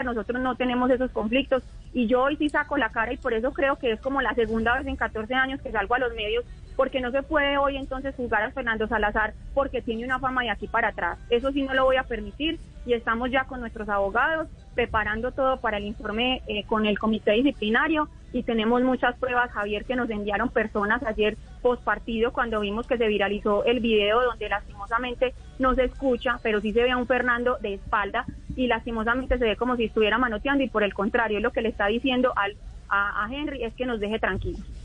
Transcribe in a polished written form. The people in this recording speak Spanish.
nosotros no tenemos esos conflictos, y yo hoy sí saco la cara, y por eso creo que es como la segunda vez en 14 años que salgo a los medios, porque no se puede hoy entonces juzgar a Fernando Salazar porque tiene una fama de aquí para atrás. Eso sí no lo voy a permitir, y estamos ya con nuestros abogados preparando todo para el informe con el comité disciplinario, y tenemos muchas pruebas, Javier, que nos enviaron personas ayer post partido cuando vimos que se viralizó el video donde lastimosamente no se escucha, pero sí se ve a un Fernando de espalda y lastimosamente se ve como si estuviera manoteando, y por el contrario, lo que le está diciendo a Henry es que nos deje tranquilos.